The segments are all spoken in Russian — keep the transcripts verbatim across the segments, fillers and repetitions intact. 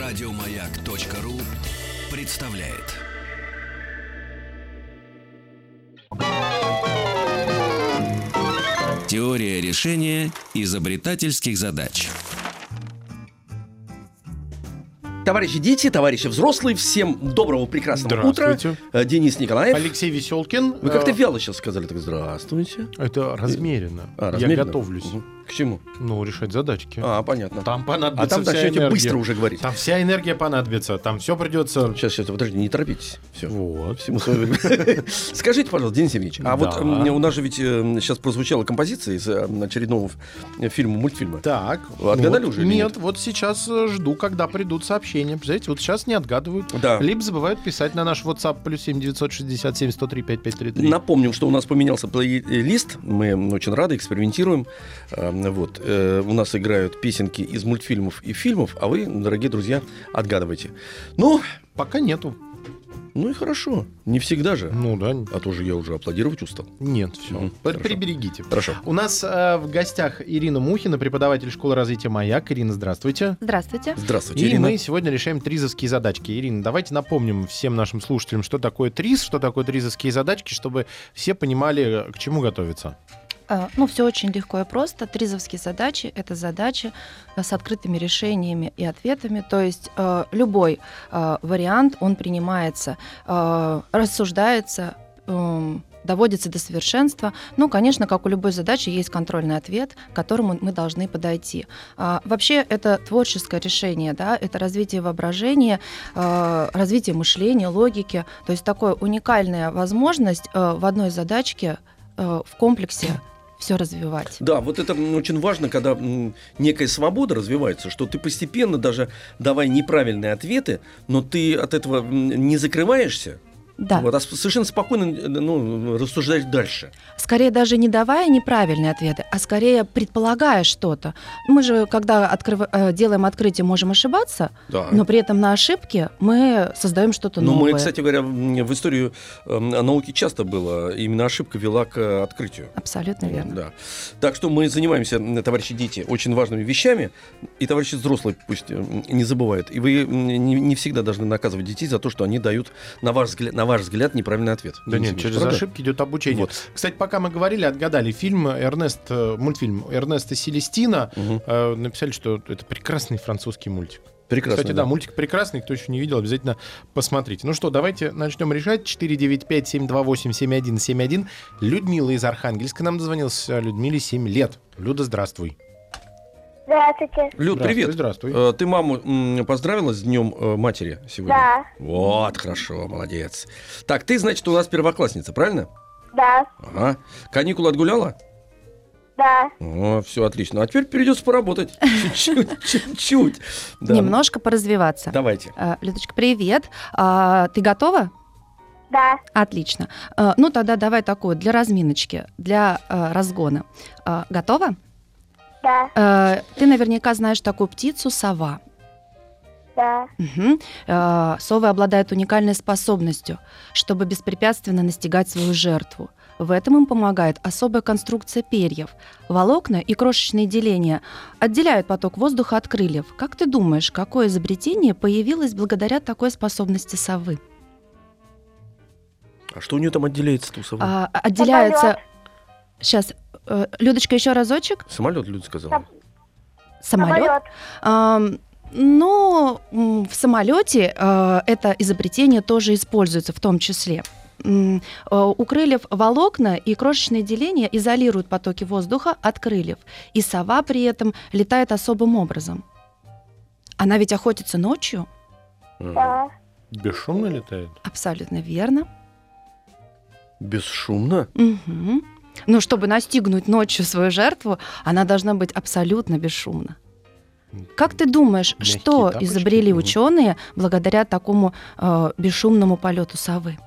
Радиомаяк.ру представляет. Теория решения изобретательских задач. Товарищи дети, товарищи взрослые, всем доброго, прекрасного утра. Денис Николаев. Алексей Веселкин. Вы как-то вяло сейчас сказали, так здравствуйте. Это размеренно. А, размеренно? Я готовлюсь. Угу. К чему? Ну, решать задачки. А, понятно. Там понадобится А там вся начнете энергия. быстро уже говорить. Там вся энергия понадобится, там все придется... Сейчас, сейчас, подождите, не торопитесь. Все. Вот. Всему свое время. Скажите, пожалуйста, Денис Евгеньевич, а вот Да. м, у нас же ведь э, сейчас прозвучала композиция из э, очередного ф- фильма, мультфильма. Так. Отгадали вот, уже или Нет, нет? вот сейчас э, жду, когда придут сообщения. Представляете, вот сейчас не отгадывают. Да. Либо забывают писать на наш WhatsApp плюс семь девятьсот шестьдесят семь сто три пятьдесят пять тридцать три. Напомним, что у нас поменялся плейлист. Мы очень рады, экспериментируем. Э, Вот. Э, У нас играют песенки из мультфильмов и фильмов, а вы, дорогие друзья, отгадывайте. Ну, Пока нету. ну и хорошо. Не всегда же. Ну да. А то же я уже аплодировать устал. Нет, все. Мгм, хорошо. Приберегите. Хорошо. У нас э, в гостях Ирина Мухина, преподаватель школы развития «Маяк». Ирина, здравствуйте. Здравствуйте. Здравствуйте, И Ирина. мы сегодня решаем тризовские задачки. Ирина, давайте напомним всем нашим слушателям, что такое триз, что такое тризовские задачки, чтобы все понимали, к чему готовиться. А, Ну, все очень легко и просто. Тризовские задачи — это задачи э, с открытыми решениями и ответами. То есть э, любой э, вариант, он принимается, э, рассуждается, э, доводится до совершенства. Ну, конечно, как у любой задачи, есть контрольный ответ, к которому мы должны подойти. А, Вообще, это творческое решение, да, это развитие воображения, э, развитие мышления, логики. То есть такая уникальная возможность э, в одной задачке э, в комплексе все развивать. Да, вот это м, очень важно, когда м, некая свобода развивается, что ты постепенно, даже давая неправильные ответы, но ты от этого м, не закрываешься, Да. вот, а с- совершенно спокойно э, ну, рассуждаешь дальше. Скорее даже не давая неправильные ответы, а скорее предполагая что-то. Мы же, когда открыв- э, делаем открытие, можем ошибаться, Да. но при этом на ошибке мы создаем что-то Но новое. мы, кстати говоря, м, в историю э, науки часто было, именно ошибка вела к э, открытию. Абсолютно верно. Да. Так что мы занимаемся, м, товарищи дети, очень важными вещами, и товарищи взрослые пусть э, не забывают. И вы м, не, не всегда должны наказывать детей за то, что они дают, на ваш взгляд, на ваш взгляд неправильный ответ. Да Денис нет, Евгеньевич, через правда? ошибки идет обучение. Вот. Кстати, пока мы говорили, отгадали фильм Эрнест, э, мультфильм Эрнест и Селестина. Мгм. Э, Написали, что это прекрасный французский мультик. Прекрасно. Кстати, да, мультик прекрасный, кто еще не видел, обязательно посмотрите. Ну что, давайте начнем решать. четыре девять пять семь два восемь семь один семь один. Людмила из Архангельска нам дозвонилась. Людмиле семь лет. Люда, здравствуй. Здравствуйте. Люд, Здравствуй, привет. здравствуй. Э, Ты маму м, поздравила с днем э, матери сегодня? Да, Вот, хорошо, молодец. Так, ты, значит, у нас первоклассница, правильно? да, Ага. Каникулы отгуляла? да. О, все отлично. А теперь придется поработать. Чуть-чуть, чуть-чуть. Да. Немножко поразвиваться. Давайте. А, Людочка, привет. А, Ты готова? Да, Отлично. А, Ну, тогда давай такую, для разминочки, для а, разгона. А, Готова? да, А, Ты наверняка знаешь такую птицу — сова. да, Мгм. Э, Совы обладают уникальной способностью, чтобы беспрепятственно настигать свою жертву. В этом им помогает особая конструкция перьев. Волокна и крошечные деления отделяют поток воздуха от крыльев. Как ты думаешь, какое изобретение появилось благодаря такой способности совы? А что у нее там отделяется-то у совы? А, отделяется... Самолет. Сейчас, э, Людочка, еще разочек. Самолет, Люда сказала. Самолет. самолет. Ам, Ну, м, в самолете э, это изобретение тоже используется в том числе. М, э, У крыльев волокна и крошечные деления изолируют потоки воздуха от крыльев, и сова при этом летает особым образом. Она ведь охотится ночью? Ага. Да, Бесшумно летает? Абсолютно верно. Бесшумно? Мгм. Но чтобы настигнуть ночью свою жертву, она должна быть абсолютно бесшумна. Как ты думаешь, Мягкие что тапочки? изобрели Мгм. ученые благодаря такому э, бесшумному полету совы?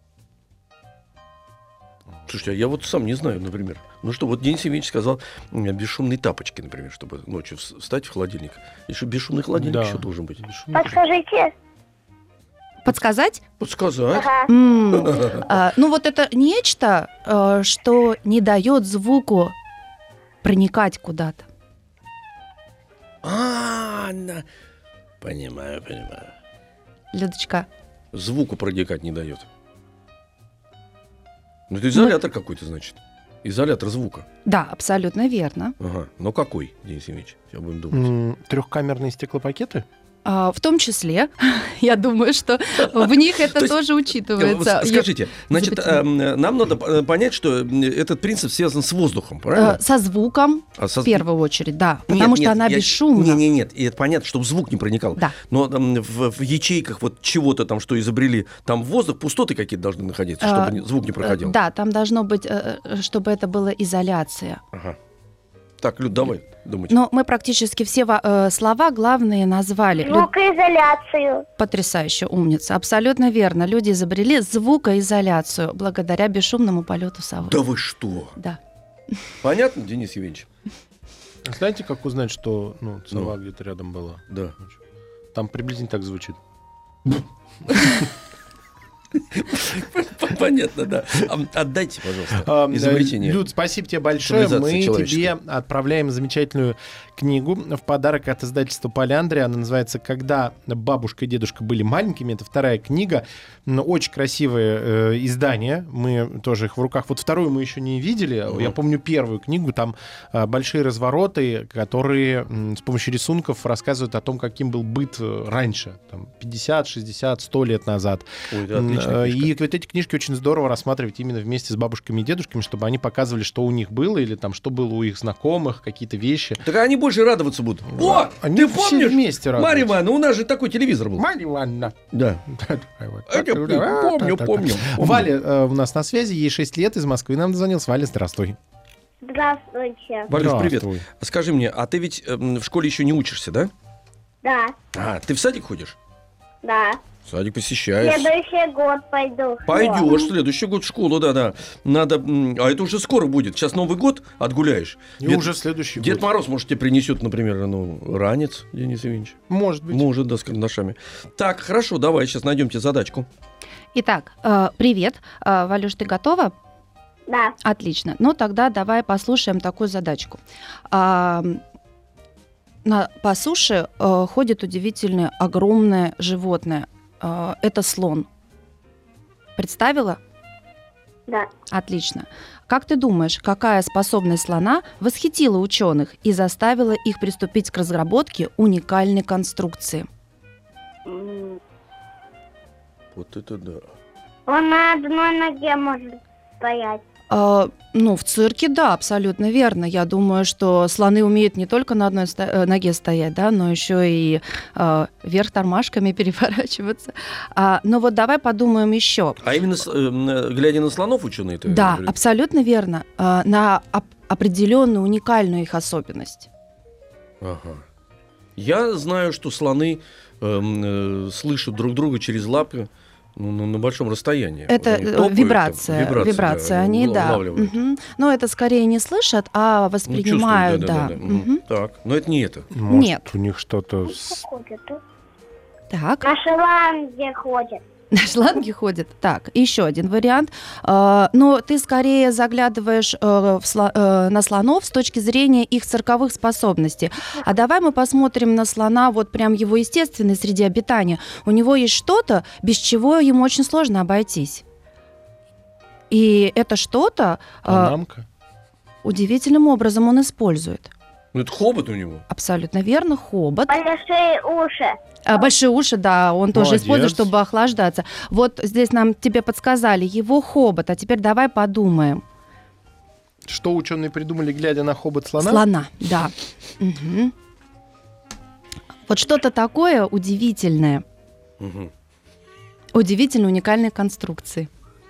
Слушайте, а я вот сам не знаю, например. Ну что, вот Денис Евгеньевич сказал м, бесшумные тапочки, например, чтобы ночью вс- встать в холодильник. И что бесшумный холодильник Да. еще должен быть. Бесшумно. подскажите. Подсказать? Подсказать. Ага, М, а, Ну вот это нечто, э, что не дает звуку проникать куда-то. А, на- Понимаю, понимаю. Людочка. Звуку проникать не дает. Ну, это изолятор какой-то, значит. Изолятор звука. Да, абсолютно верно. Ага. Но какой, Денис Евгеньевич? Сейчас будем думать. Трехкамерные стеклопакеты? А, в том числе, я думаю, что в них это То есть, тоже учитывается. Скажите, значит, э, нам надо п- понять, что этот принцип связан с воздухом, правильно? Э, Со звуком, А со- в первую очередь, да. Нет, Потому что нет, она я- бесшумна. Нет, нет, нет, и это понятно, чтобы звук не проникал. Да. Но там, в, в ячейках вот чего-то там, что изобрели, там воздух, пустоты какие-то должны находиться, чтобы А, не- звук не проходил. Э, Да, там должно быть, э, э, чтобы это была изоляция. Ага. Так, Люд, давай думать. Но мы практически все во- э, слова главные назвали. Лю- Звукоизоляцию. Потрясающе, умница. Абсолютно верно. Люди изобрели звукоизоляцию благодаря бесшумному полету совы. Да вы что? Да. Понятно, Денис Евгеньевич? Знаете, как узнать, что ну, сова Ну. где-то рядом была? Да. Там приблизительно так звучит. Понятно, да. А, Отдайте, пожалуйста, А, изобретение. Люд, спасибо тебе большое. Цивилизации Мы человеческой. тебе отправляем замечательную книгу в подарок от издательства «Поляндрия». Она называется «Когда бабушка и дедушка были маленькими». Это вторая книга. М, Очень красивое э, издание. Мы тоже их в руках. Вот вторую мы еще не видели. Мгм. Я помню первую книгу. Там э, большие развороты, которые м, с помощью рисунков рассказывают о том, каким был быт э, раньше. Там, пятьдесят, шестьдесят, сто лет назад. Ой, да, отличная Э, книжка. И вот эти книжки очень здорово рассматривать именно вместе с бабушками и дедушками, чтобы они показывали, что у них было, или там, что было у их знакомых, какие-то вещи. Так они больше радоваться будут. О, Они ты все помнишь? вместе Марья радуются. Ивановна, у нас же такой телевизор был. Марья Ивановна. Да. А, я помню, помню, помню. Валя э, у нас на связи, ей шесть лет, из Москвы нам дозвонилась. Валя, здравствуй. Здравствуйте. Валюш, привет. Здравствуй. Скажи мне, а ты ведь эм, в школе еще не учишься, да? Да, А, ты в садик ходишь? да. Садик посещаешь. Следующий год пойду. в Пойдешь школу. в следующий год в школу, да-да. Надо. м, А это уже скоро будет. Сейчас Новый год отгуляешь. И Дед- уже следующий Дед год. Мороз, может, тебе принесет, например, ну, ранец, Денис Евгеньевич. Может быть. Может, да, с карандашами. Так, хорошо, давай, сейчас найдем тебе задачку. Итак, э, привет. Э, Валюш, ты готова? Да. Отлично. Ну, тогда давай послушаем такую задачку. А, на, по суше э, ходит удивительное огромное животное. Э, это слон. Представила? Да. Отлично. Как ты думаешь, какая способность слона восхитила ученых и заставила их приступить к разработке уникальной конструкции? М, Вот это да. Он на одной ноге может стоять. А, ну, в цирке, да, абсолютно верно. Я думаю, что слоны умеют не только на одной сто- э, ноге стоять, да, но еще и а, вверх тормашками переворачиваться. А, но вот давай подумаем еще. А именно, с- э, м, глядя на слонов, ученые это Да, говорят? абсолютно верно. А, на оп- определенную уникальную их особенность. Ага. Я знаю, что слоны эм, э, слышат друг друга через лапы, ну, на, на большом расстоянии. Это Вот они э, топают, вибрация, там, вибрация, да, они, да. улавливают. Мгм. Но это скорее не слышат, а Ну, воспринимают, чувствуют, да. Мгм. Мгм. Так, но это не это. Может, Нет. у них что-то... с- Ходит, да? Так. На шланге ходит. На шланге ходит. Так, еще один вариант. А, но ты скорее заглядываешь э, в сло- э, на слонов с точки зрения их цирковых способностей. А давай мы посмотрим на слона, вот прям его естественной среде обитания. У него есть что-то, без чего ему очень сложно обойтись. И это что-то э, Панамка? удивительным образом он использует. Ну, это хобот у него. Абсолютно верно, хобот. Большие уши. А, большие уши, да, он тоже Молодец. использует, чтобы охлаждаться. Вот здесь нам тебе подсказали его хобот, а теперь давай подумаем. Что ученые придумали, глядя на хобот слона? Слона, да. Мгм. Вот что-то такое удивительное, Мгм. удивительно уникальной конструкции.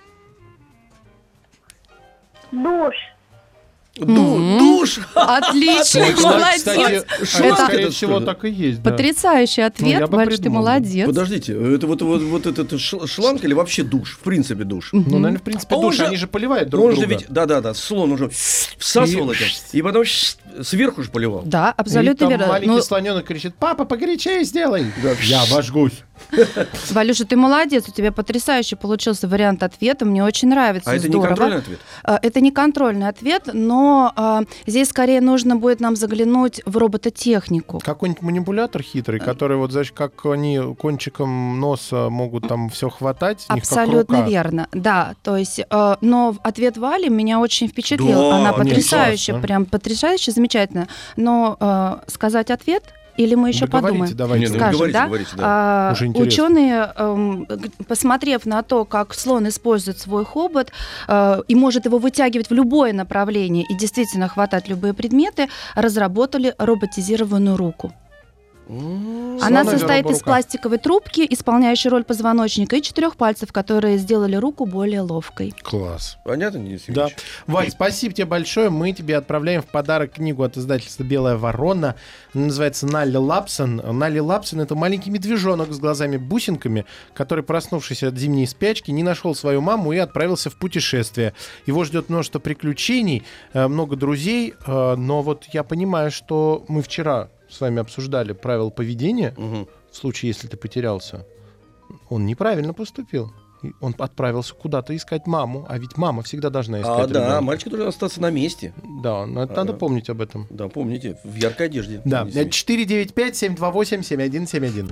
Душ. Ду- Мгм. Душ! Отлично, Ой, молодец. кстати, Шланг скорее этот, всего, что ли? так и есть. да. Потрясающий Ну, ответ, я бы Валюш, ты придумал. молодец. Подождите, это вот, вот, вот этот ш- шланг или вообще душ? В принципе, душ. Ну, наверное, в принципе, А он душ, же- они же поливают друг Он же друга. ведь, да-да-да, слон уже всасывал И- это, и потом сверху же поливал. Да, И абсолютно там верно. маленький Ну, слоненок кричит: папа, погорячее сделай. Я обожгусь. Валюша, ты молодец, у тебя потрясающе получился вариант ответа, мне очень нравится, А это не здорово. контрольный ответ? А, Это не контрольный ответ, но а, здесь скорее нужно будет нам заглянуть в робототехнику. Какой-нибудь манипулятор хитрый, который вот, знаешь, как они кончиком носа могут там все хватать, у них как Абсолютно рука. верно, да. То есть, э, но ответ Вали меня очень впечатлил. Да, Она нет, потрясающе, классно. прям потрясающе, замечательно. Но э, сказать ответ или мы еще Да говорите, подумаем? давайте. Не, ну, Скажем, говорите, да? говорите, да. А, Уже интересно. ученые, эм, г- посмотрев на то, как слон использует свой хобот э, и может его вытягивать в любое направление и действительно хватать любые предметы, разработали роботизированную руку. М, Она Слоновья состоит из роборука. пластиковой трубки, исполняющей роль позвоночника, и четырех пальцев, которые сделали руку более ловкой. Класс. Понятно, Денис Да. Евгеньевич? Валь, спасибо тебе большое. Мы тебе отправляем в подарок книгу от издательства «Белая ворона». Она называется «Налли Лапсон». Налли Лапсон — это маленький медвежонок с глазами-бусинками, который, проснувшись от зимней спячки, не нашел свою маму и отправился в путешествие. Его ждет множество приключений, э, много друзей. э, Но вот я понимаю, что мы вчера с вами обсуждали правила поведения Мгм. в случае, если ты потерялся. Он неправильно поступил. И Он отправился куда-то искать маму, а ведь мама всегда должна искать А, да, ребенка. мальчик должен остаться на месте. Да, но это надо А. помнить об этом. Да, помните, в яркой одежде. Да, Денис Евгеньевич. четыре девять пять семь два восемь семь один семь один.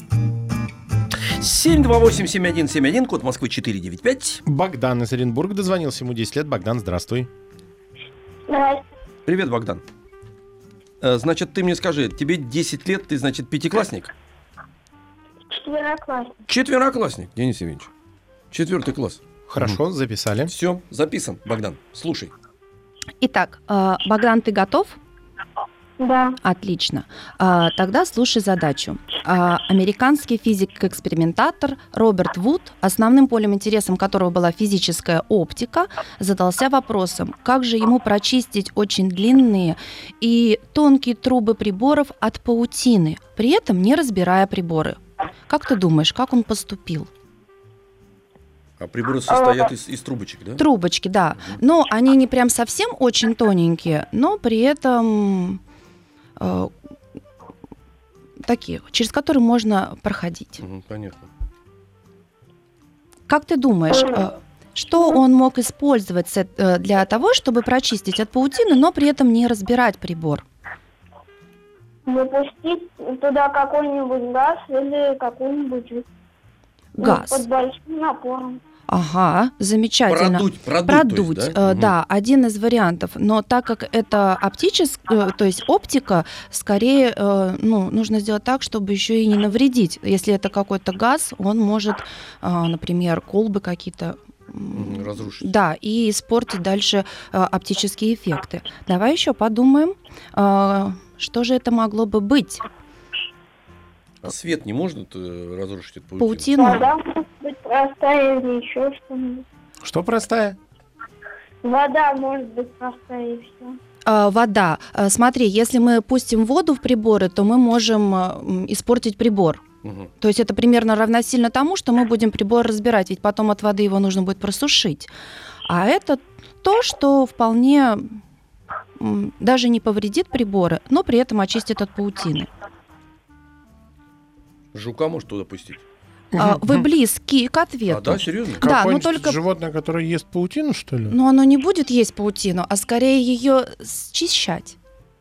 семь два восемь семь один семь один, код Москвы четыре девять пять. Богдан из Оренбурга дозвонился, ему десять лет. Богдан, здравствуй. Давай. Привет, Богдан. Э, Значит, ты мне скажи, тебе десять лет, ты, значит, пятиклассник? Четвероклассник. Четвероклассник, Денис Евгеньевич. Четвертый класс. Хорошо, записали. Все, записан, Богдан. Слушай. Итак, э, Богдан, ты готов? Да. Отлично. А, Тогда слушай задачу. А, Американский физик-экспериментатор Роберт Вуд, основным полем интересом которого была физическая оптика, задался вопросом, как же ему прочистить очень длинные и тонкие трубы приборов от паутины, при этом не разбирая приборы. Как ты думаешь, как он поступил? А приборы состоят из, из трубочек, да? Трубочки, да. Но они не прям совсем очень тоненькие, но при этом э, такие, через которые можно проходить. Мгм, понятно. Как ты думаешь, э, что он мог использовать с эт- э, для того, чтобы прочистить от паутины, но при этом не разбирать прибор? Запустить туда какой-нибудь газ или какой-нибудь ну, Газ. под большим напором. Ага, замечательно. Продуть, продуть, Продуть, то есть, э, Мгм. да, один из вариантов. Но так как это оптическая, то есть оптика, скорее, э, ну, нужно сделать так, чтобы еще и не навредить. Если это какой-то газ, он может, э, например, колбы какие-то м, Мгм, разрушить. да, и испортить дальше э, оптические эффекты. Давай еще подумаем, э, что же это могло бы быть? А свет не может э, разрушить эту паутину? Паутину? Вода может быть простая или еще что-нибудь. Что простая? Вода может быть простая и все. Э, Вода. Э, Смотри, если мы пустим воду в приборы, то мы можем э, м, испортить прибор. Мгм. То есть это примерно равносильно тому, что мы будем прибор разбирать, ведь потом от воды его нужно будет просушить. А это то, что вполне м, даже не повредит приборы, но при этом очистит от паутины. Жука может туда пустить? А, Вы близки к А, ответу. да, серьезно? Да, но Какое-нибудь только- животное, которое ест паутину, что ли? Но оно не будет есть паутину, а скорее ее счищать.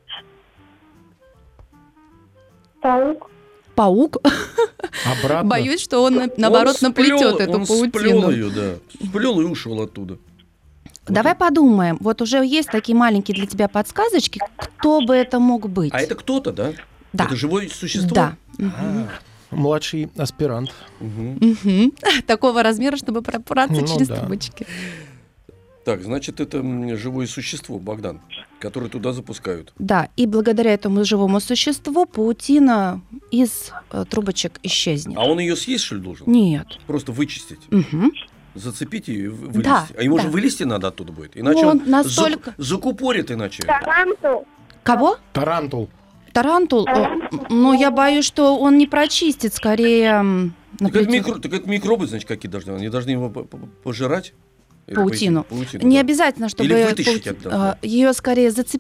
Паук. Паук. Обратно. Боюсь, что он, на- наоборот, Он наплетет сплел- эту он сплел паутину. ее, да. Сплел и ушел оттуда. Давай подумаем. Вот уже есть такие маленькие для тебя подсказочки. Кто бы это мог быть? А это кто-то, да? Да. Это живое существо? Да. А, Младший аспирант. мгм. Мгм. Такого размера, чтобы пробраться Ну через да. трубочки. Так, значит, это м, живое существо, Богдан, которое туда запускают. Да, и благодаря этому живому существу паутина из э, трубочек исчезнет. А он ее съесть, что ли, должен? Нет. Просто вычистить, Мгм. зацепить ее и вы- вылезти. Да, а ему да. же вылезти надо оттуда будет. Иначе Он он, настолько- зак- закупорит иначе. Тарантул. Кого? Тарантул. Тарантул? Э, Ну, я боюсь, что он не прочистит, скорее м, Так это, наплетет. микро- так это микробы, значит, какие должны? Они должны его по- по- пожирать? Или Паутину. паутину, Не да. обязательно, чтобы Или вытащить оттуда. ее скорее зацепить,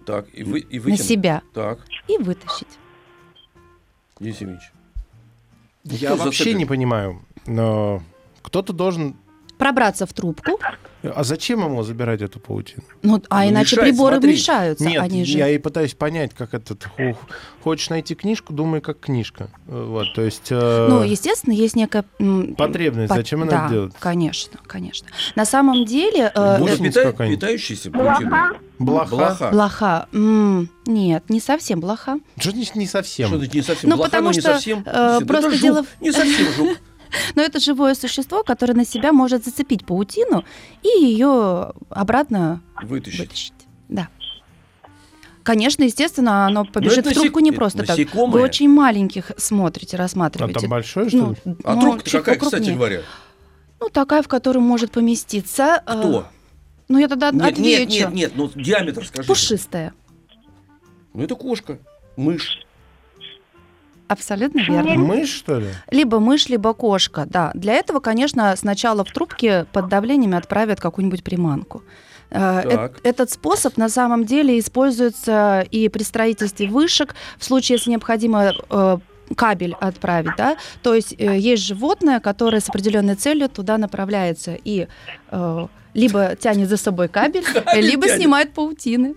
Так, и, вы, и на вытянуть. себя Так, и вытащить. Денис Евгеньевич. Я Кто вообще зацепит? не понимаю, но кто-то должен... Пробраться в трубку, А зачем ему забирать эту паутину? ну, а Ну, иначе мешает приборы смотреть. мешаются. Нет, Они же... я и пытаюсь понять, как это... Хо- Хочешь найти книжку, думай, как книжка. Вот, то есть... э, Ну, естественно, есть некая... м, Потребность. по- Зачем она да, это делает? конечно, конечно. На самом деле... э, Может, Мощность пита- какая-нибудь. питающийся паутиной? Блоха. Блоха? Блоха. блоха. М, нет, не совсем блоха. Что значит не совсем? Что это не совсем? Ну, Блоха, потому но не что, совсем. э, Да просто это жук, дело в- Не совсем жук. Но это живое существо, которое на себя может зацепить паутину и ее обратно Вытащить. вытащить. Да. Конечно, естественно, оно побежит это в трубку насек- не это просто так. насекомое. Вы очень маленьких смотрите, А рассматриваете. там большое, что ли? Ну, А ну, трубка чуть какая, кстати покрупнее. говоря? Ну, такая, в которую может поместиться. э, Кто? Ну, я тогда Нет, нет, отвечу. нет, нет, ну диаметр скажи. Пушистая. Ну это кошка, мышь. Абсолютно верно. Мышь, что ли? Либо мышь, либо кошка, да. Для этого, конечно, сначала в трубке под давлением отправят какую-нибудь приманку. Э, Так. эт- Этот способ на самом деле используется и при строительстве вышек, в случае, если необходимо э, кабель отправить, да, то есть э, есть животное, которое с определенной целью туда направляется и э, либо тянет за собой кабель, Кабель либо тянет. снимает паутины.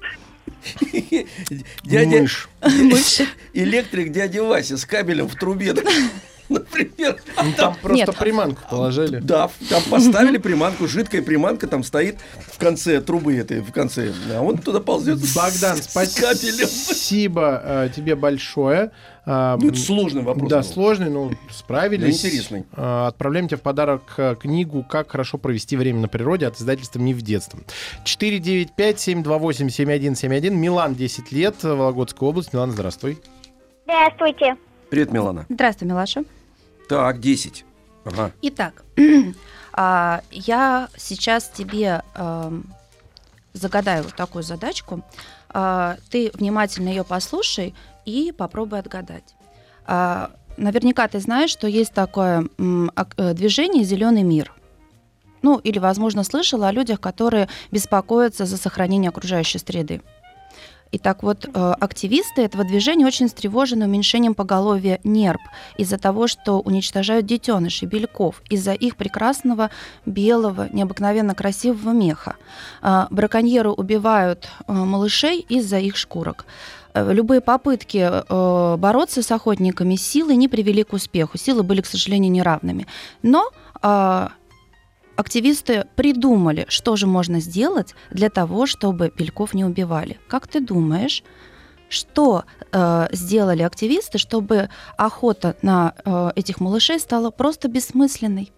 Дядя Мышь. Мышь. электрик дядя Вася с кабелем в трубе, например. Ну, там просто Нет. приманку положили. Да, там поставили приманку, жидкая приманка там стоит в конце трубы этой, в конце, а он туда ползет. с- Богдан, с кабелем. спасибо э, тебе большое. А, Ну, это сложный вопрос. Да, был. сложный, но справились. Да, интересный. А, Отправляем тебе в подарок э, книгу «Как хорошо провести время на природе» от издательства «Миф детства». четыре девять пять семь два восемь семь один семь один. Милан, десять лет, Вологодская область. Милан, здравствуй. Здравствуйте. Привет, Милана. Здравствуй, Милаша. Так, десять. Ага. Итак, а, я сейчас тебе ам, загадаю вот такую задачку. А, Ты внимательно ее послушай и попробуй отгадать. А, Наверняка ты знаешь, что есть такое м, ак- э, движение «Зеленый мир». Ну, или, возможно, слышала о людях, которые беспокоятся за сохранение окружающей среды. Итак, вот э, активисты этого движения очень встревожены уменьшением поголовья нерп из-за того, что уничтожают детенышей, бельков, из-за их прекрасного белого, необыкновенно красивого меха. Э, браконьеры убивают э, малышей из-за их шкурок. Э, Любые попытки э, бороться с охотниками силой не привели к успеху. Силы были, к сожалению, неравными. Но э, активисты придумали, что же можно сделать для того, чтобы бельков не убивали. Как ты думаешь, что э, сделали активисты, чтобы охота на э, этих малышей стала просто бессмысленной?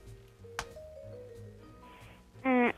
М.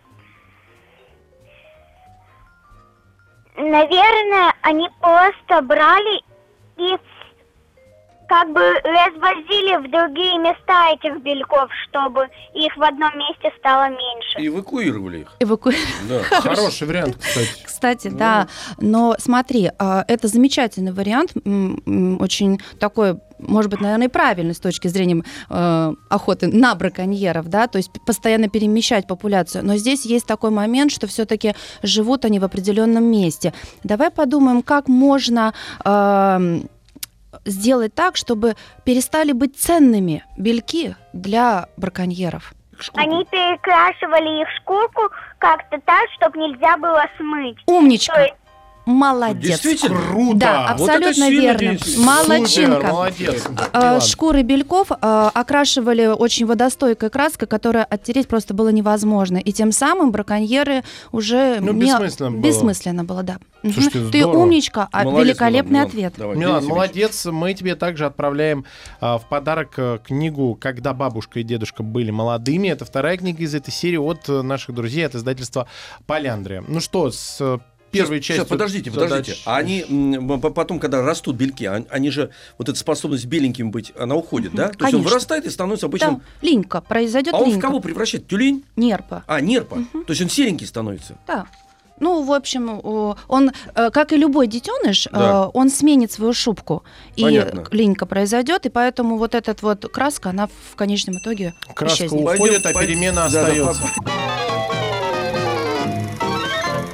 Наверное, они просто брали и как бы развозили в другие места этих бельков, чтобы их в одном месте стало меньше. Эвакуировали их. Эваку... Да. Хороший вариант, кстати. Кстати, да, но смотри, а, это замечательный вариант, м, м, очень такой, может быть, наверное, и правильный с точки зрения э, охоты на браконьеров, да, то есть постоянно перемещать популяцию. Но здесь есть такой момент, что все-таки живут они в определенном месте. Давай подумаем, как можно э, сделать так, чтобы перестали быть ценными бельки для браконьеров. Шкурку. Они перекрашивали их шкурку как-то так, чтобы нельзя было смыть. Умничка! То есть Молодец! Действительно? Круто! Да, Вот это абсолютно сильно, верно. Денис Евгеньевич. Молодчинка. Супер, молодец. Э, Милан. Шкуры бельков э, окрашивали очень водостойкой краской, которую оттереть просто было невозможно. И тем самым браконьеры уже... Ну, не- бессмысленно было. Бессмысленно было, да. Мгм. Слушайте, Ты здорово. умничка, а Молодец, великолепный Милан, ответ. Давай, Милан, Денис Евгеньевич. молодец. Мы тебе также отправляем а, в подарок а, книгу «Когда бабушка и дедушка были молодыми». Это вторая книга из этой серии от а, наших друзей, от издательства «Поляндрия». Ну что, с а, первой Сейчас, частью... сейчас, подождите, задач- подождите. А они м, п- потом, когда растут бельки, они, они же, вот эта способность беленьким быть, она уходит, да? То есть он Конечно. вырастает и становится Да, обычным... линька, произойдет А он в линька. кого превращает? Тюлень? Нерпа. А, нерпа. То есть он серенький становится. Да. Ну, в общем, о, он, э, как и любой детеныш, э, Да. он сменит свою шубку. И Понятно. линька произойдет, и поэтому вот эта вот краска, она в конечном итоге Краска исчезнет. уходит, Пойдем, а пойдем. перемена Да, да, остается. по-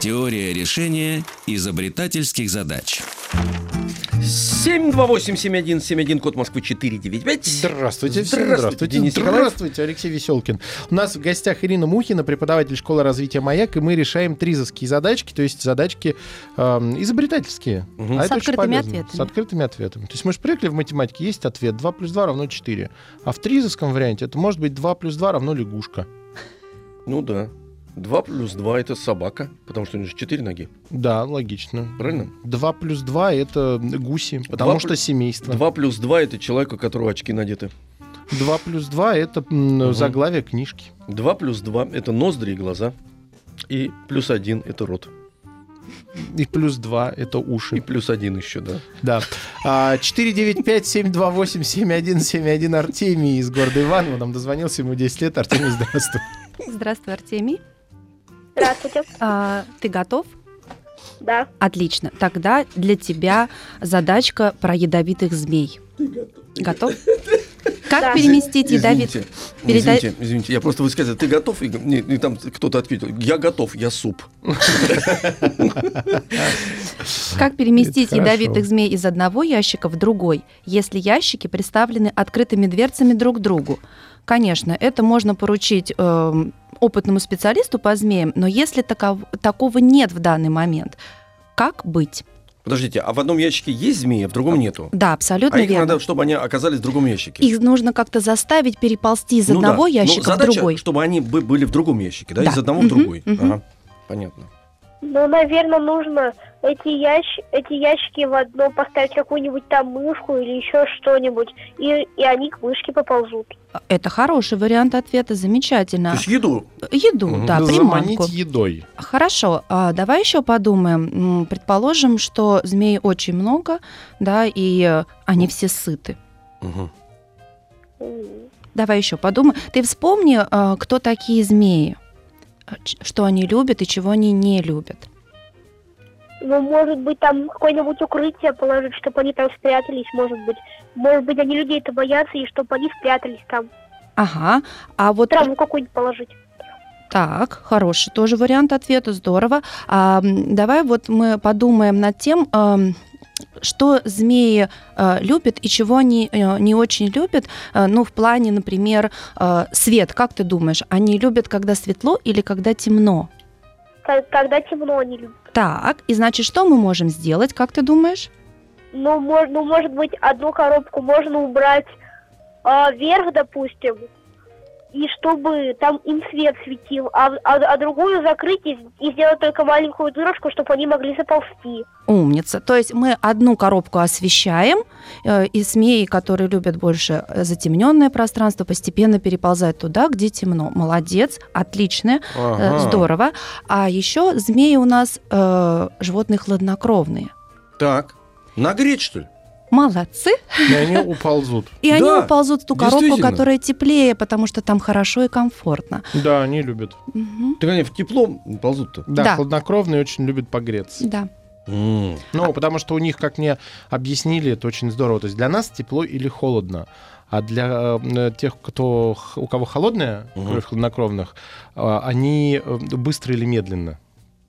Теория решения изобретательских задач. семь два восемь семь один семь один, код Москвы четыре девять пять. Здравствуйте, всем Здравствуйте, здравствуйте. Денис Николаев. Здравствуйте, Алексей Веселкин. У нас в гостях Ирина Мухина, преподаватель школы развития «Маяк», и мы решаем тризовские задачки, то есть задачки э, изобретательские. Мгм. А С это очень открытыми полезно. ответами. С открытыми ответами. То есть мы же привыкли в математике, есть ответ два плюс два равно четыре. А в тризовском варианте это может быть два плюс два равно лягушка. Ну да. два плюс два это собака, потому что у него же четыре ноги. Да, логично. Правильно? два плюс два это гуси, потому Два что плюс- семейство. два плюс два это человек, у которого очки надеты. два плюс два это м, Мгм. заглавие книжки. два плюс два это ноздри и глаза. И плюс один это рот. И плюс два это И уши. плюс один еще, да. Да. А, четыре девять пять семь два восемь семь один семь один Артемий из города Иваново нам дозвонился, ему десять лет. Артемий, здравствуй. Здравствуй, Артемий. Здравствуйте. А, ты готов? Да. Отлично. Тогда для тебя задачка про ядовитых змей. Готов? Как Да. переместить ядовитых... Извините, передай- извините, извините, я просто высказываю, ты готов? И, не, и там кто-то ответил, я готов, я суп. Как переместить Это хорошо. ядовитых змей из одного ящика в другой, если ящики представлены открытыми дверцами друг к другу? Конечно, это можно поручить эм, опытному специалисту по змеям, но если таков- такого нет в данный момент, как быть? Подождите, а в одном ящике есть змеи, а в другом нету? Да, абсолютно А их верно. надо, чтобы они оказались в другом ящике. Их нужно как-то заставить переползти из Ну да. одного Ну, ящика в задача, другой. чтобы они бы- были в другом ящике, да, Да. из одного в Мгм, другой. мгм. Ага, понятно. Ну, наверное, нужно эти, ящ... эти ящики в одно поставить какую-нибудь там мышку или еще что-нибудь, и, и они к мышке поползут. Это хороший вариант ответа, замечательно. То есть еду. Еду, Мгм. да, Заманить приманку. едой. Хорошо, а давай еще подумаем. М, Предположим, что змей очень много, да, и э, они все сыты. Мгм. М. Давай еще подумаем. Ты вспомни, а, кто такие змеи, а, ч- что они любят и чего они не любят. Ну, может быть, там какое-нибудь укрытие положить, чтобы они там спрятались, может быть. Может быть, они людей-то боятся, и чтобы они спрятались там. Ага, а вот Траву какую-нибудь положить. так, хороший тоже вариант ответа, здорово. А, м, давай вот мы подумаем над тем, ам, что змеи э, любят и чего они э, не очень любят. Э, ну, в плане, например, э, свет. Как ты думаешь, они любят, когда светло или когда темно? Ко- Когда темно они любят. Так, и значит, что мы можем сделать, как ты думаешь? Ну, мож- ну, может быть, одну коробку можно убрать а, вверх, допустим, и чтобы там им свет светил, а, а, а другую закрыть и, и сделать только маленькую дырочку, чтобы они могли заползти. Умница. То есть мы одну коробку освещаем, э, и змеи, которые любят больше э, затемненное пространство, постепенно переползают туда, где темно. Молодец, отлично, э, Ага. здорово. А еще змеи у нас э, животные хладнокровные. Так, нагреть, что ли? Молодцы. И они уползут. И они Да, уползут в ту коробку, действительно. которая теплее, потому что там хорошо и комфортно. Да, они любят. Мгм. Так они в тепло ползут-то. Да, Да. хладнокровные очень любят погреться. Да. М. Ну, потому что у них, как мне объяснили, это очень здорово. То есть для нас тепло или холодно. А для э, тех, кто, х- у кого холодная Мгм. кровь хладнокровных, э, они э, быстро или медленно.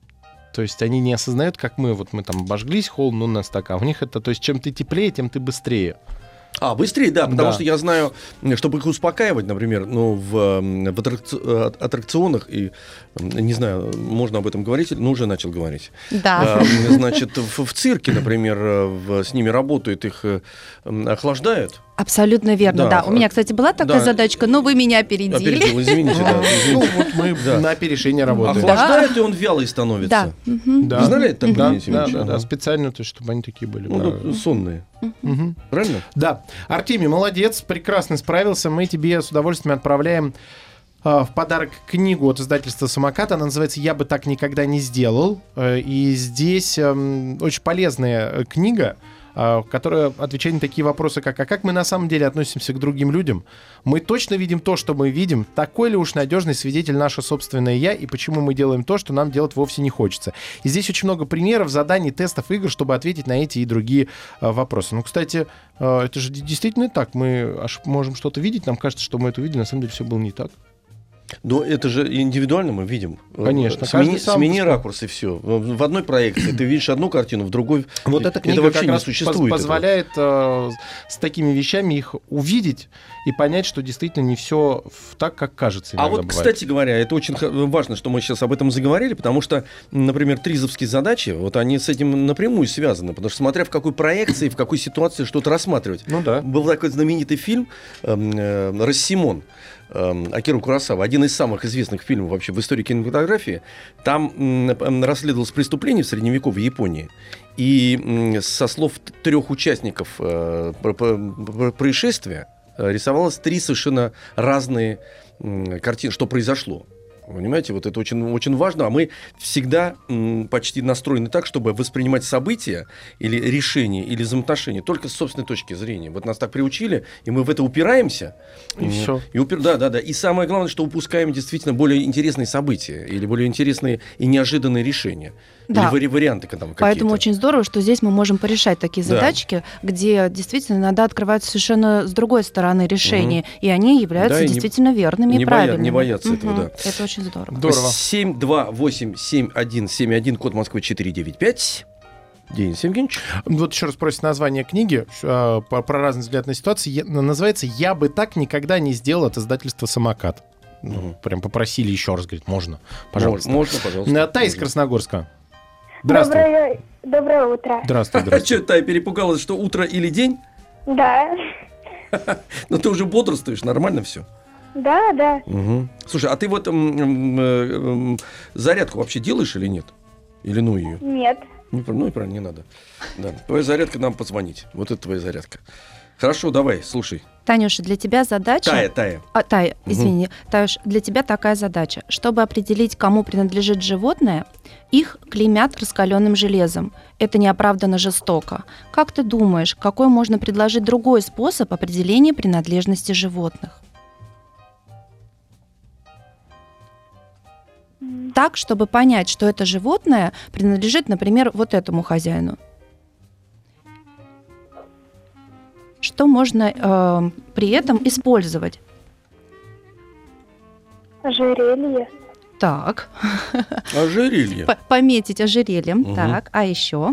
То есть они не осознают, как мы, вот мы там обожглись, холодно у нас так, а у них это, то есть чем ты теплее, тем ты быстрее. А, быстрее, да, потому Да. что я знаю, чтобы их успокаивать, например, ну, в, м, в аттракци- э, аттракционах, и, м, не знаю, можно об этом говорить, но уже начал говорить. Да. А, значит, в, в цирке, например, э, в- с ними работают, их э, м, охлаждают. Абсолютно верно, Да. да. У меня, кстати, была такая Да. задачка, но вы меня опередили. Опередил, извините, да, Ну, извините. вот мы Да. на опережение работаем. Охлаждают, и он вялый становится. Да. Мгм. Да. Вы знали это такое, Да, Евгений да, Семенович? да, да, Ага. специально, то есть, чтобы они такие были. Ну, да. тут сонные. Мгм. Правильно? Да, Артемий, молодец, прекрасно справился. Мы тебе с удовольствием отправляем э, в подарок книгу от издательства «Самокат». Она называется «Я бы так никогда не сделал». Э, И здесь эм, очень полезная э, книга, э, которая отвечает на такие вопросы, как «А как мы на самом деле относимся к другим людям? Мы точно видим то, что мы видим? Такой ли уж надежный свидетель наше собственное «Я?» И почему мы делаем то, что нам делать вовсе не хочется?» И здесь очень много примеров, заданий, тестов, игр, чтобы ответить на эти и другие э, вопросы. Ну, кстати, э, это же д- действительно так. Мы аж можем что-то видеть, нам кажется, что мы это увидели, на самом деле все было не так. Но это же индивидуально мы видим. Конечно, Смени, каждый сам смени пускай. ракурс и все. В одной проекции ты видишь одну картину, в другой... Вот эта книга это вообще как не раз существует. поз- позволяет э, с такими вещами их увидеть и понять, что действительно не все так, как кажется. А иногда вот, бывает. кстати говоря, это очень х- важно, что мы сейчас об этом заговорили, потому что, например, тризовские задачи, вот они с этим напрямую связаны, потому что смотря в какой проекции, в какой ситуации что-то рассматривать. Ну да. Был такой знаменитый фильм эм, э, «Рассимон» эм, Акиру Куросава, один из самых известных фильмов вообще в истории кинематографии. Там м, расследовалось преступление в средневековой Японии. И м, со слов трех участников э, про- про- происшествия э, рисовалось три совершенно разные м, картины, что произошло. Понимаете, вот это очень, очень важно. А мы всегда м, почти настроены так, чтобы воспринимать события или решения, или взаимоотношения только с собственной точки зрения. Вот нас так приучили, и мы в это упираемся. И М, всё. И упир... Да, да, да. И самое главное, что упускаем действительно более интересные события или более интересные и неожиданные решения. Да. Или вари- варианты там, какие-то. Поэтому очень здорово, что здесь мы можем порешать такие Да. задачки, где действительно иногда открываются совершенно с другой стороны решения, и они являются Да, и не- действительно верными не и боя- правильными. не бояться этого, Мгм. да. Это очень здорово. Здорово. семь два восемь семь один семь один, код Москвы четыре девять пять. Денис Евгеньевич. Вот еще раз просит название книги э, по- про разный взгляд на ситуацию. Я- называется «Я бы так никогда не сделал» от издательства «Самокат». Ну, Мгм. прям попросили еще раз, говорит, можно, пожалуйста. Можно, пожалуйста. На Та из Можно. Красногорска. Здравствуй. Доброе, доброе утро. Здравствуй, А здравствуй. что, Тая перепугалась, что утро или день? Да, Ну ты уже бодрствуешь, нормально все. да, да. Слушай, а ты вот м, м, э, м, зарядку вообще делаешь или нет? Или ну ее? Нет. Не, про- ну и правильно, не надо. Да. Твоя зарядка нам позвонить. Вот это твоя зарядка. Хорошо, давай, слушай. Танюша, для тебя задача... Тая, Тая. А, Тая, Мгм. извини. Таюш, для тебя такая задача. Чтобы определить, кому принадлежит животное, их клеймят раскаленным железом. Это неоправданно жестоко. Как ты думаешь, какой можно предложить другой способ определения принадлежности животных? М, Так, чтобы понять, что это животное принадлежит, например, вот этому хозяину. Что можно э, при этом использовать? Ожерелье. Так, Ожерелье п- пометить ожерельем. Мгм. Так, а еще?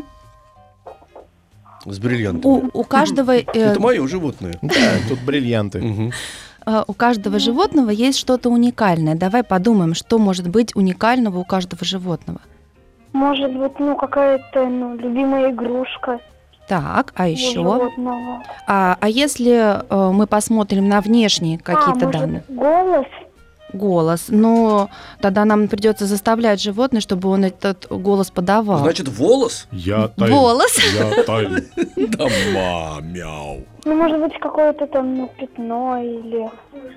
с бриллиантами. У, у каждого, э, Это мое животное. Да, тут бриллианты. Мгм. э, у каждого животного есть что-то уникальное. Давай подумаем, что может быть уникального у каждого животного. Может быть, ну, какая-то, ну, любимая игрушка Так, а у еще? животного. А, а если э, мы посмотрим на внешние какие-то а, данные? может, голос? Голос. Но тогда нам придется заставлять животное, чтобы он этот голос подавал. Значит, волос? Я Волос. Я таю. Да, ма, мяу. Ну, может быть, какое-то там, ну, пятно или...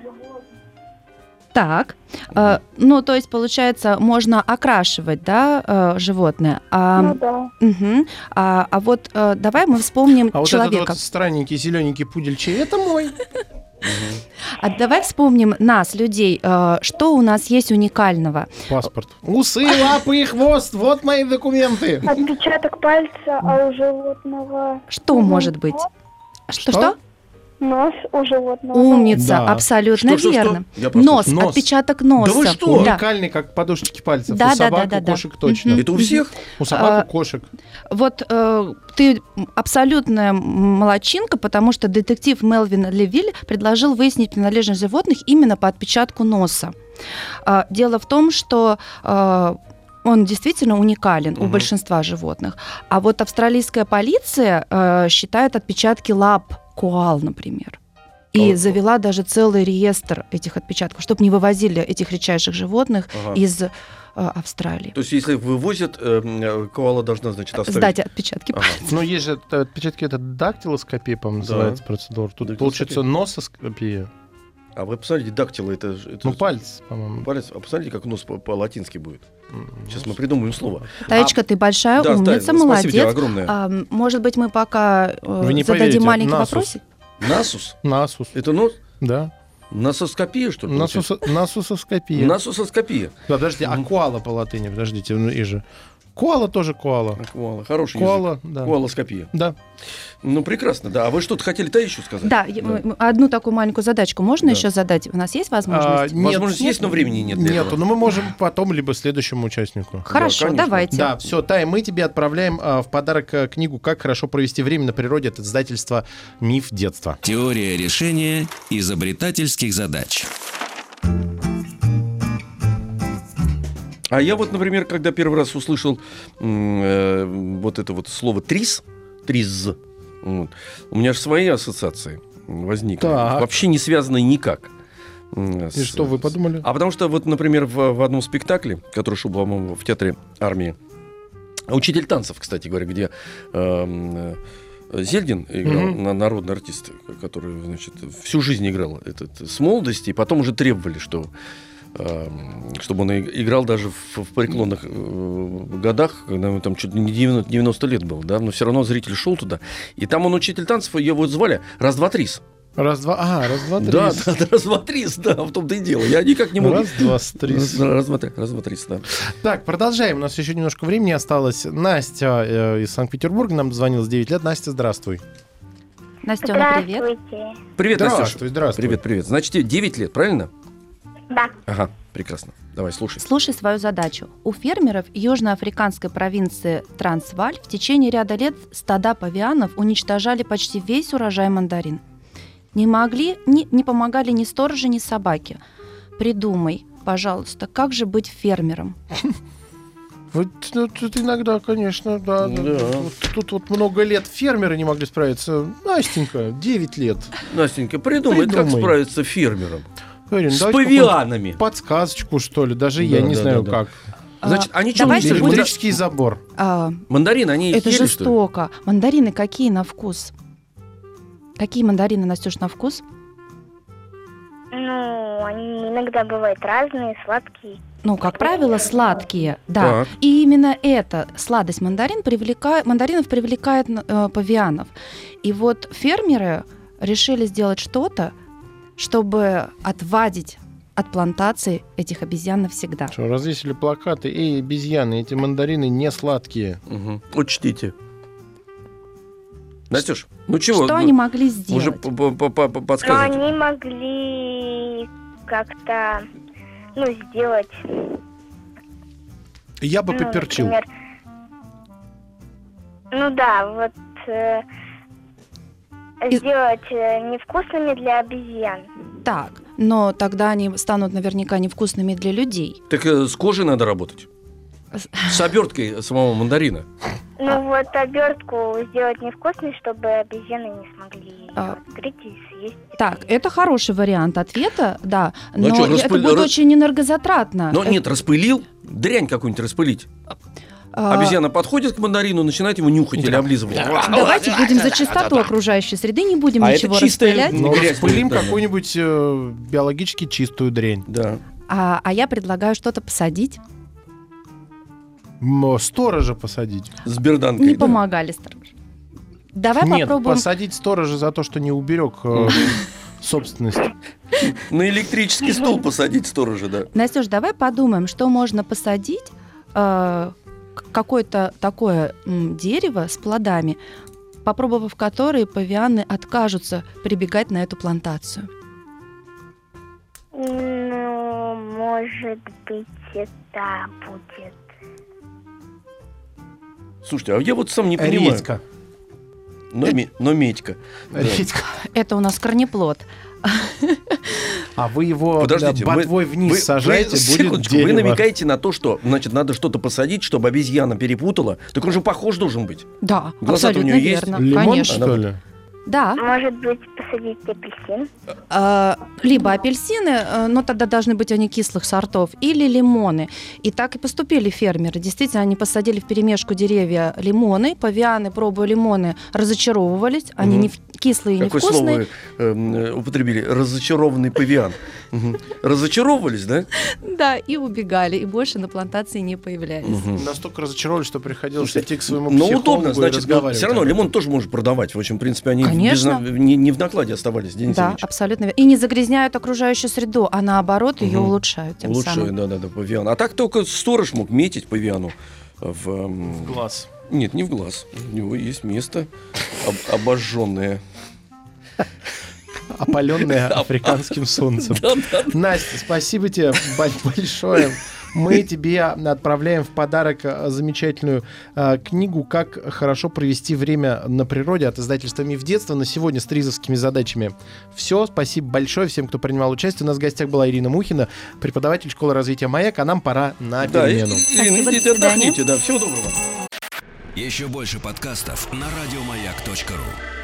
Так, э, ну то есть получается можно окрашивать, да, э, животное. А, Ну, да. мгм. а, а вот э, давай мы вспомним А вот человека. этот вот странненький зелененький пудель чей? Это мой. А давай вспомним нас, людей, э, что у нас есть уникального. Паспорт. Усы, лапы и хвост. Вот мои документы. Отпечаток пальца, а у животного... Что Мгм. может быть? Что Что? что? Нос у животного. Умница, Да. абсолютно Что, что, что? верно. Я просто- Нос, Нос. отпечаток носа. Да вы что? Да. Уникальный, как подушечки пальцев. Да, у да, собак, да, да, у да. кошек точно. Мгм. Это у всех? У собак, А, у кошек. Вот э, ты абсолютная молодчинка, потому что детектив Мелвин Левиль предложил выяснить принадлежность животных именно по отпечатку носа. А, дело в том, что э, он действительно уникален у Мгм. большинства животных. А вот австралийская полиция э, считает отпечатки лап коал, например. И О. завела даже целый реестр этих отпечатков, чтобы не вывозили этих редчайших животных Ага. из э, Австралии. То есть, если вывозят, э, м, коала должна, значит, оставить. Сдать отпечатки Ага. пальцев. Ну, есть же э, отпечатки, это дактилоскопия, по-моему, Да. называется процедура. Тут Дактилоскопия. получится нососкопия. А вы посмотрите, дактилы, это, ж- это Ну, ж- палец, по-моему. палец. А посмотрите, как нос по- по-латински будет. М, Сейчас нос. мы придумаем слово. Таечка, ты большая Да, умница, Тая, спасибо молодец. тебе огромное. А, м, может быть, мы пока э, Вы не зададим поверите, маленький насус. вопросик? Насус? Насус. Это нос? Да. Насоскопия, что ли? получается? Насус- Насусоскопия. Насусоскопия. Да, подождите, а Мгм. коала по латыни, подождите, ну и же. Коала тоже коала. Коала, хороший Коала, язык. да. Коалоскопия. Да. Ну, прекрасно, да. А вы что-то хотели-то еще сказать? Да, я- м- одну такую маленькую задачку можно Да. еще задать? У нас есть А, возможность? нет, Возможность есть, но времени нет для Нету, этого. но мы можем потом либо следующему участнику. Хорошо, конечно. давайте. Да, все, Тай, мы тебе отправляем а, в подарок а, книгу «Как хорошо провести время на природе» от издательства «Миф детства». Теория решения изобретательских задач. А я вот, например, когда первый раз услышал м, э, вот это вот слово «триз», «триз», вот, у меня же свои ассоциации возникли, Так. вообще не связанные никак. М, И с- что вы подумали? А потому что вот, например, в, в одном спектакле, который шел, по-моему, в театре армии, учитель танцев, кстати говоря, где эм, э, Зельдин играл, Мгм. на- народный артист, который, значит, всю жизнь играл этот, с молодости, и потом уже требовали, что эм, чтобы он и- играл даже в, в преклонных э, годах, когда ему там чуть ли не девяносто, девяносто лет было, да, но все равно зритель шел туда. И там он учитель танцев, его звали Раз-два-трис. Раз, два, а, раз, два, три. Да, да, да, Раз-два-трис, да, в том-то и дело. Я никак не мог. Раз, два, три. Раз-два-три, раз-два-трис, да. Так, продолжаем. У нас еще немножко времени осталось. Настя э, из Санкт-Петербурга нам дозвонилась девять лет. Настя, здравствуй. Настена, привет. Здравствуйте. Привет, Настюш. Здравствуй, здравствуй. Привет, привет. Значит, тебе девять лет, правильно? Да. Ага, прекрасно. Давай, слушай. Слушай свою задачу. У фермеров южноафриканской провинции Трансваль в течение ряда лет стада павианов уничтожали почти весь урожай мандарин. Не могли, ни, не помогали ни сторожи, ни собаки. Придумай, пожалуйста, как же быть фермером? Вот ну, тут иногда, конечно, да. да. Да. Вот тут вот много лет фермеры не могли справиться. Настенька, девять лет. Настенька, придумай, как Придумай. справиться фермером. Говорю, ну, С давайте павианами. какую-нибудь подсказочку, что ли. Даже я Да, не да, знаю, да, да. как. Значит, А, они что, давайте мучили? будем- Электрический забор. А, Мандарины, они это ели, что ли? жестоко. Мандарины какие на вкус? Какие мандарины, Настюш, на вкус? Ну, они иногда бывают разные, сладкие. Ну, как правило, сладкие, да. Так. И именно эта сладость мандарин привлекает, мандаринов привлекает э, павианов. И вот фермеры решили сделать что-то, чтобы отвадить от плантации этих обезьян навсегда. Что, развесили плакаты. Эй, обезьяны, эти мандарины не сладкие. Угу. Учтите. Настюш, ну чего? Что ну, они могли Уже сделать? по- по- по- по- Но подсказывайте. они могли как-то, ну, сделать... Я бы ну, поперчил. например, ну да, вот э, И- сделать э, невкусными для обезьян. Так, но тогда они станут наверняка невкусными для людей. Так э, с кожей надо работать. С оберткой самого мандарина. Ну вот обертку сделать невкусной, чтобы обезьяны не смогли её А. открыть и съесть. Так, это хороший вариант ответа, да, Ну но чё, это распыль- будет рас- очень энергозатратно. Но Э, нет, распылил, дрянь какую-нибудь распылить. а, Обезьяна подходит к мандарину, начинает его нюхать или облизывать. Давайте будем за чистоту окружающей среды, не будем А ничего это чистая- распылять. Не Ну, грязь распылим будет, да, да. какую-нибудь э, биологически чистую дрянь. Да. А, а я предлагаю что-то посадить. М, Сторожа посадить. С берданкой. Не да. помогали сторожи. Давай Нет, попробуем. посадить сторожа за то, что не уберег э, собственность. На электрический стул посадить сторожа, да. Настюш, давай подумаем, что можно посадить, э, к- какое-то такое м, дерево с плодами, попробовав которые павианы откажутся прибегать на эту плантацию. Ну, может быть, это будет... Слушайте, а я вот сам не понимаю. Редька. Но, ме- но медька. Да. Редька. Это у нас корнеплод. А вы его Подождите, да, вы- ботвой вниз Вы- сажаете, вы, будет секундочку, вы дерево. намекаете на то, что, значит, надо что-то посадить, чтобы обезьяна перепутала. Так он же похож должен быть. Да, Глаза-то у абсолютно неё есть? верно. Лимон, Конечно. что ли? Да. Может быть, посадить апельсин? А, либо апельсины, э, но тогда должны быть они кислых сортов, или лимоны. И так и поступили фермеры. Действительно, они посадили вперемешку деревья лимоны. Павианы, пробуя лимоны, разочаровывались. Они Мгм. не в- кислые и Какое невкусные. слово вы, эм, э, употребили? Разочарованный павиан. Мгм. Разочаровывались, да? Да, и убегали, и больше на плантации не появлялись. Мгм. Настолько разочаровались, что приходилось Слушайте, идти к своему Ну, психологу удобно, и значит, разговаривать. все равно лимон тоже можно продавать. В общем, в принципе, они без Конечно. на- не, не в накладе оставались, Денис Да, Ильич. абсолютно верно. И не загрязняют окружающую среду, а наоборот ее Мгм. улучшают тем Лучше, самым. да, да, да, павиан. А так только сторож мог метить павиану. в... м, В глаз. Нет, не в глаз. У него есть место об- обожженное. Опаленная африканским солнцем. Настя, спасибо тебе большое. Мы тебе отправляем в подарок замечательную э, книгу «Как хорошо провести время на природе» от издательства «Миф детства». На сегодня с тризовскими задачами все. Спасибо большое всем, кто принимал участие. У нас в гостях была Ирина Мухина, преподаватель школы развития «Маяк», а нам пора на Да, и- перемену. Ирина, Спасибо, идите до свидания. отдохните, да, всего доброго. Еще больше подкастов на радиомаяк точка ру.